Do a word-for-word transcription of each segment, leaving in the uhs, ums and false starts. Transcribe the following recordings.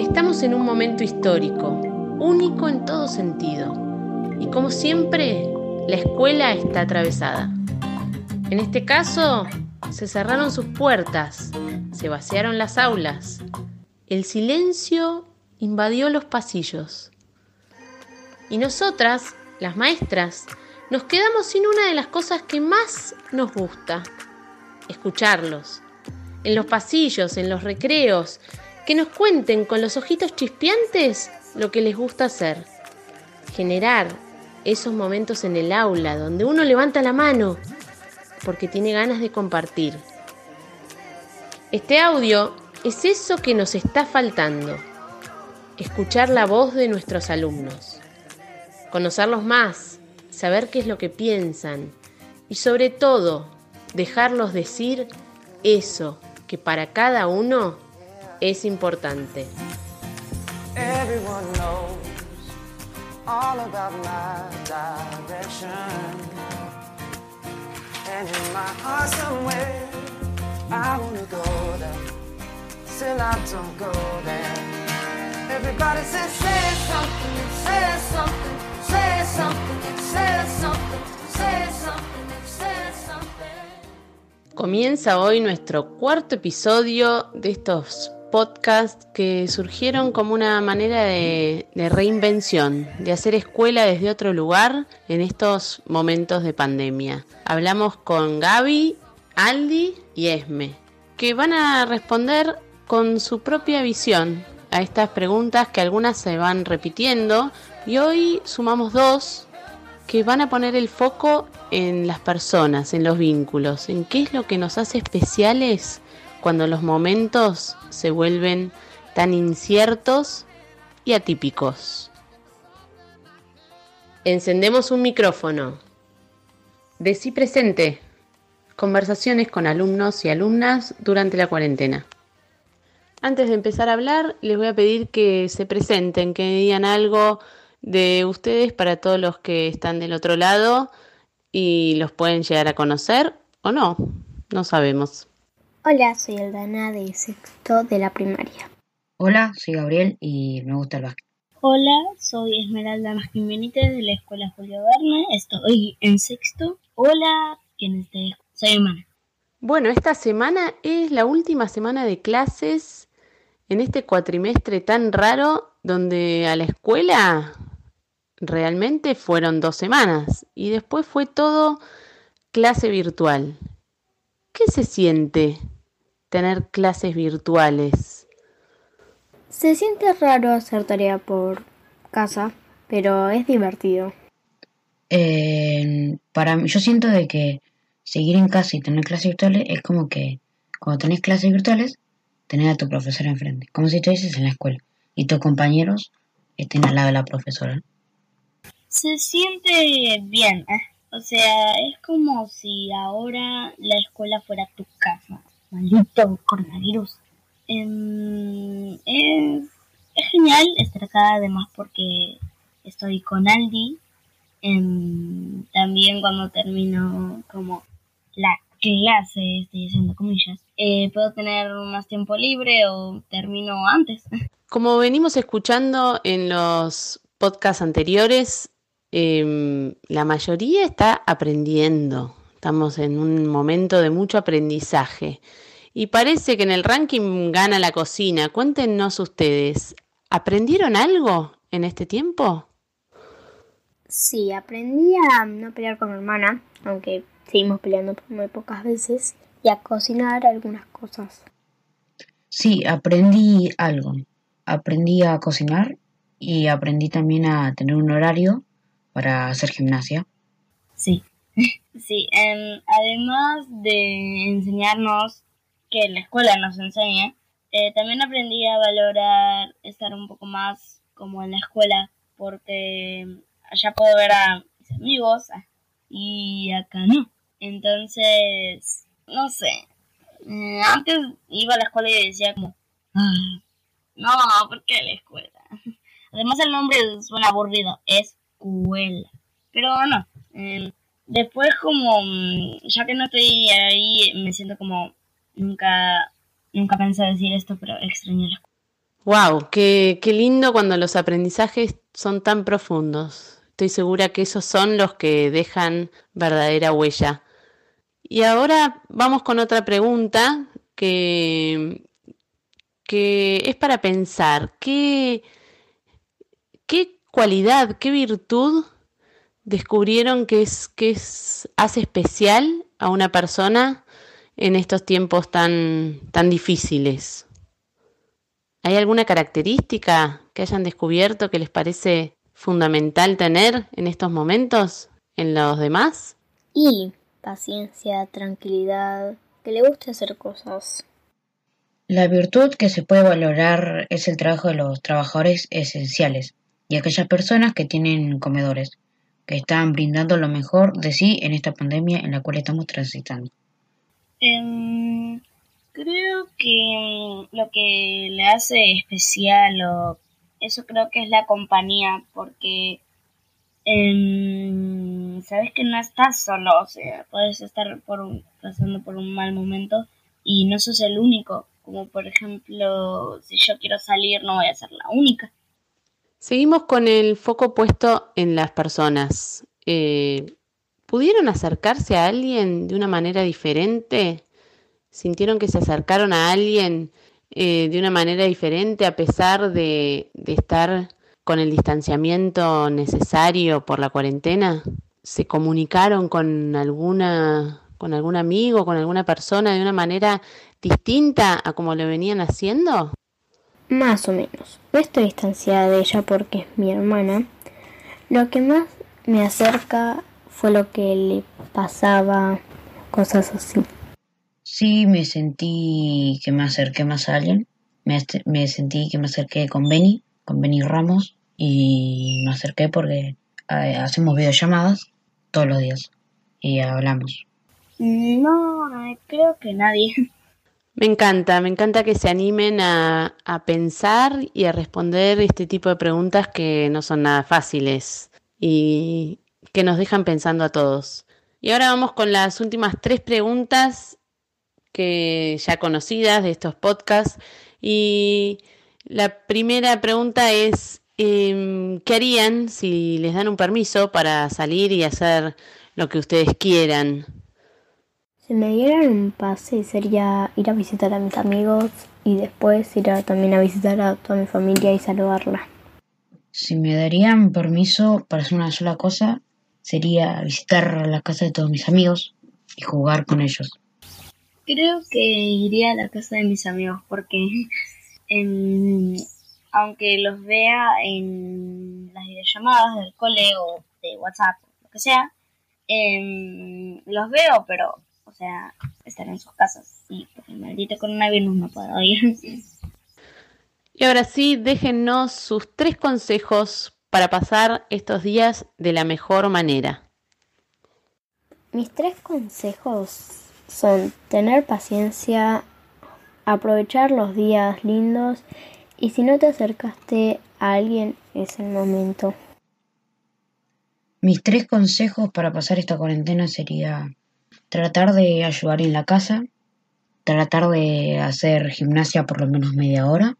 Estamos en un momento histórico, único en todo sentido, y como siempre, la escuela está atravesada. En este caso, se cerraron sus puertas, se vaciaron las aulas, el silencio invadió los pasillos. Y nosotras, las maestras, nos quedamos sin una de las cosas que más nos gusta: escucharlos. En los pasillos, en los recreos, que nos cuenten con los ojitos chispeantes lo que les gusta hacer. Generar esos momentos en el aula donde uno levanta la mano porque tiene ganas de compartir. Este audio es eso que nos está faltando: escuchar la voz de nuestros alumnos, conocerlos más, saber qué es lo que piensan y sobre todo dejarlos decir eso que para cada uno es importante. Everyone knows all about my direction, and in my heart somewhere I wanna go there, still I don't go there. Everybody says say something, say something, say something, say something, say something, say something. Comienza hoy nuestro cuarto episodio de estos podcasts que surgieron como una manera de, de reinvención, de hacer escuela desde otro lugar en estos momentos de pandemia. Hablamos con Gaby, Aldi y Esme, que van a responder con su propia visión a estas preguntas que algunas se van repitiendo, y hoy sumamos dos que van a poner el foco en las personas, en los vínculos, en qué es lo que nos hace especiales cuando los momentos se vuelven tan inciertos y atípicos. Encendemos un micrófono. Decí presente. Conversaciones con alumnos y alumnas durante la cuarentena. Antes de empezar a hablar, les voy a pedir que se presenten, que digan algo de ustedes para todos los que están del otro lado y los pueden llegar a conocer o no, no sabemos. Hola, soy Aldana de sexto de la primaria. Hola, soy Gabriel y me gusta el básquet. Hola, soy Esmeralda Masquín Benítez de la Escuela Julio Verne, estoy en sexto. Hola, ¿quién es de? Soy hermana. Bueno, esta semana es la última semana de clases en este cuatrimestre tan raro donde a la escuela realmente fueron dos semanas y después fue todo clase virtual. ¿Qué se siente tener clases virtuales? Se siente raro hacer tarea por casa, pero es divertido. Eh, para mí, yo siento de que seguir en casa y tener clases virtuales es como que cuando tenés clases virtuales, tenés a tu profesora enfrente, como si estuvieses en la escuela y tus compañeros estén al lado de la profesora. Se siente bien, ¿eh? O sea, es como si ahora la escuela fuera tu casa. Maldito coronavirus. Eh, es, es genial estar acá, además porque estoy con Aldi. Eh, también cuando termino como la clase, estoy haciendo comillas, eh, puedo tener más tiempo libre o termino antes. Como venimos escuchando en los podcasts anteriores, eh, la mayoría está aprendiendo. Estamos en un momento de mucho aprendizaje. Y parece que en el ranking gana la cocina. Cuéntenos ustedes, ¿aprendieron algo en este tiempo? Sí, aprendí a no pelear con mi hermana, aunque seguimos peleando muy pocas veces, y a cocinar algunas cosas. Sí, aprendí algo. Aprendí a cocinar y aprendí también a tener un horario para hacer gimnasia. Sí, sí. Um, además de enseñarnos que la escuela nos enseña, eh, también aprendí a valorar estar un poco más como en la escuela, porque allá puedo ver a mis amigos y acá no. Entonces, no sé. Eh, antes iba a la escuela y decía como, ah, no, ¿por qué la escuela? Además el nombre suena aburrido, escuela. Pero no. Eh, después como, ya que no estoy ahí, me siento como, nunca, nunca pensé decir esto, pero extraño la escuela. Wow, qué, qué lindo cuando los aprendizajes son tan profundos. Estoy segura que esos son los que dejan verdadera huella. Y ahora vamos con otra pregunta que, que es para pensar. ¿Qué, qué cualidad, qué virtud descubrieron que es, que es, hace especial a una persona en estos tiempos tan, tan difíciles? ¿Hay alguna característica que hayan descubierto que les parece fundamental tener en estos momentos en los demás? Y paciencia, tranquilidad, que le guste hacer cosas. La virtud que se puede valorar es el trabajo de los trabajadores esenciales y aquellas personas que tienen comedores, que están brindando lo mejor de sí en esta pandemia en la cual estamos transitando. Um, creo que mm, lo que le hace especial, o eso creo que es la compañía, porque um, sabes que no estás solo, o sea, puedes estar por un, pasando por un mal momento y no sos el único. Como por ejemplo, si yo quiero salir, no voy a ser la única. Seguimos con el foco puesto en las personas. Eh, ¿Pudieron acercarse a alguien de una manera diferente? ¿Sintieron que se acercaron a alguien eh, de una manera diferente a pesar de, de estar con el distanciamiento necesario por la cuarentena? ¿Se comunicaron con alguna, con algún amigo, con alguna persona de una manera distinta a como lo venían haciendo? Más o menos. No estoy distanciada de ella porque es mi hermana. Lo que más me acerca fue lo que le pasaba, cosas así. Sí, me sentí que me acerqué más a alguien. Me, me sentí que me acerqué con Beni, con Beni Ramos, y me acerqué porque eh, hacemos videollamadas todos los días y hablamos. No, creo que nadie. Me encanta, me encanta que se animen a, a pensar y a responder este tipo de preguntas que no son nada fáciles y que nos dejan pensando a todos. Y ahora vamos con las últimas tres preguntas que ya conocidas de estos podcasts. Y la primera pregunta es, eh, ¿qué harían si les dan un permiso para salir y hacer lo que ustedes quieran? Si me dieran un pase sería ir a visitar a mis amigos y después ir a, también a visitar a toda mi familia y saludarla. Si me darían permiso para hacer una sola cosa, sería visitar la casa de todos mis amigos y jugar con ellos. Creo que iría a la casa de mis amigos porque eh, aunque los vea en las videollamadas del cole o de WhatsApp, lo que sea, eh, los veo, pero, o sea, estar en sus casas. Y por el maldito coronavirus no puedo ir. Y ahora sí, déjennos sus tres consejos para pasar estos días de la mejor manera. Mis tres consejos son tener paciencia, aprovechar los días lindos y si no te acercaste a alguien es el momento. Mis tres consejos para pasar esta cuarentena sería tratar de ayudar en la casa, tratar de hacer gimnasia por lo menos media hora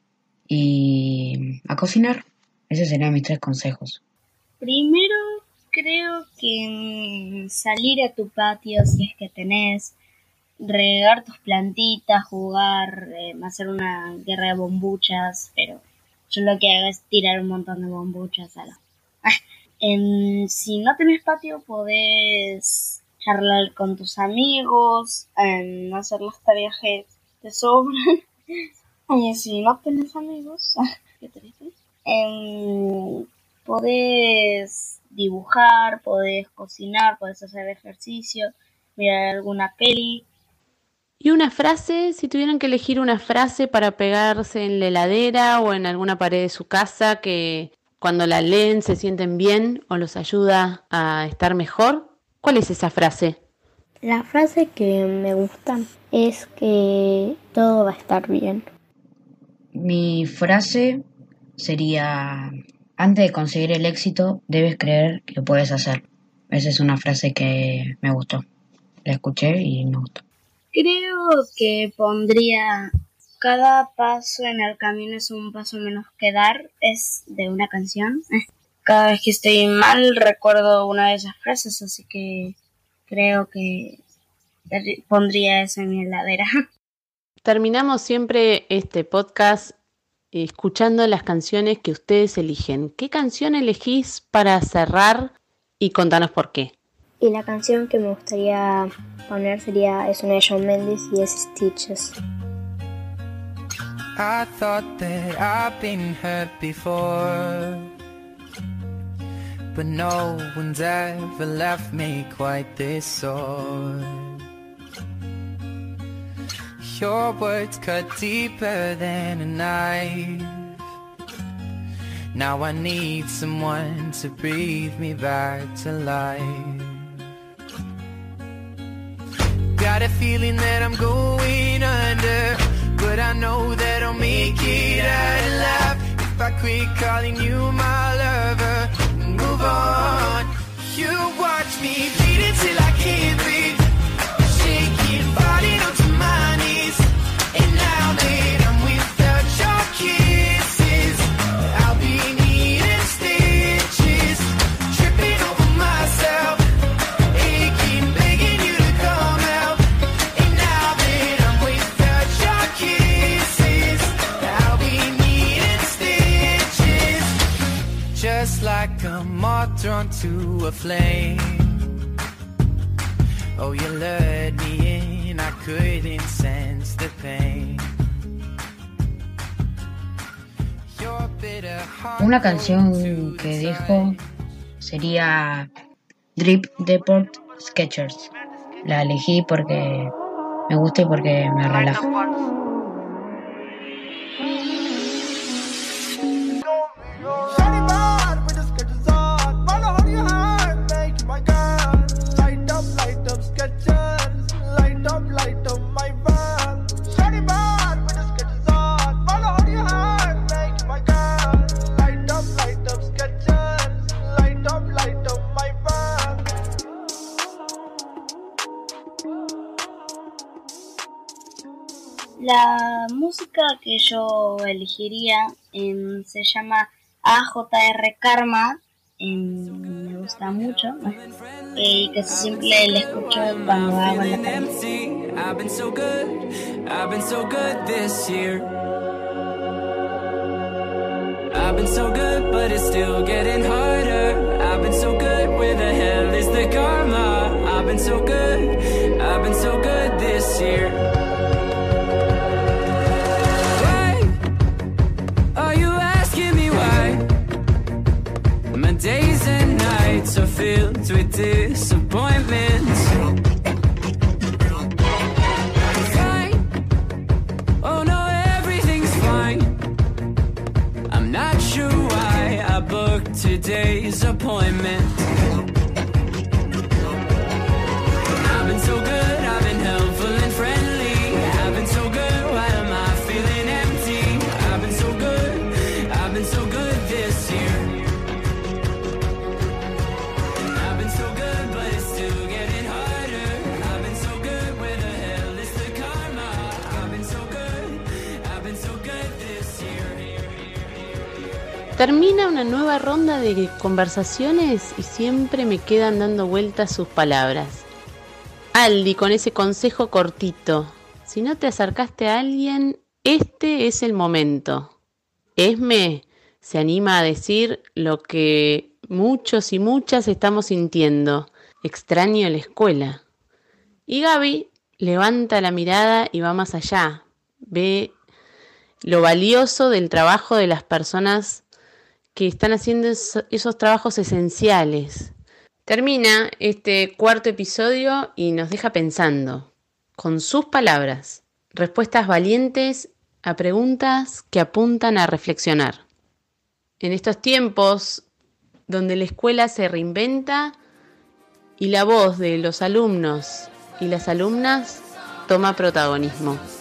y a cocinar. Esos serían mis tres consejos. Primero, creo que mmm, salir a tu patio si es que tenés, regar tus plantitas, jugar, eh, hacer una guerra de bombuchas, pero yo lo que hago es tirar un montón de bombuchas a la... Ah, en, si no tenés patio, podés charlar con tus amigos, en hacer las tareas que te sobran. Y si no tenés amigos, qué triste. En, podés dibujar, podés cocinar, podés hacer ejercicio, mirar alguna peli. Y una frase, si tuvieran que elegir una frase para pegarse en la heladera o en alguna pared de su casa que cuando la leen se sienten bien o los ayuda a estar mejor, ¿cuál es esa frase? La frase que me gusta es que todo va a estar bien. Mi frase sería: antes de conseguir el éxito, debes creer que lo puedes hacer. Esa es una frase que me gustó. La escuché y me gustó. Creo que pondría cada paso en el camino es un paso menos que dar, es de una canción. Cada vez que estoy mal recuerdo una de esas frases, así que creo que pondría eso en mi heladera. Terminamos siempre este podcast escuchando las canciones que ustedes eligen. ¿Qué canción elegís para cerrar y contanos por qué? Y la canción que me gustaría poner sería, es una de Shawn Mendes y es Stitches. I thought that I've been hurt before, but no one's ever left me quite this sore. Your words cut deeper than a knife. Now I need someone to breathe me back to life. Got a feeling that I'm going under, but I know that I'll make it out alive if I quit calling you my lover and move on. You watch me bleed until I can't breathe, shaking, falling onto my knees. And now that I'm without your kisses, I'll be needing stitches, tripping over myself, aching, begging you to come out. And now that I'm without your kisses, I'll be needing stitches, just like a moth drawn to a flame. Oh, you lured me in, I couldn't sense the pain. Your bitter heart. Una canción que dejo sería Drip Deport Skechers. La elegí porque me gusta y porque me relaja. La música que yo elegiría eh, se llama A J R Karma, eh, me gusta mucho y eh, casi siempre la escucho cuando hago la tarea. I've been so good, I've been so good this year. I've been so good, but it's still getting harder. I've been so good, where the hell is the karma? I've been so good, I've been so good this year. Days and nights are filled with disappointments. Fine. Oh no, everything's fine. I'm not sure why I booked today's appointment. I've been so good, I've been helpful and friendly. I've been so good, why am I feeling empty? I've been so good, I've been so good this year. Termina una nueva ronda de conversaciones y siempre me quedan dando vueltas sus palabras. Aldi, con ese consejo cortito. Si no te acercaste a alguien, este es el momento. Esme se anima a decir lo que muchos y muchas estamos sintiendo. Extraño la escuela. Y Gaby levanta la mirada y va más allá. Ve lo valioso del trabajo de las personas que están haciendo esos trabajos esenciales. Termina este cuarto episodio y nos deja pensando, con sus palabras, respuestas valientes a preguntas que apuntan a reflexionar. En estos tiempos donde la escuela se reinventa y la voz de los alumnos y las alumnas toma protagonismo.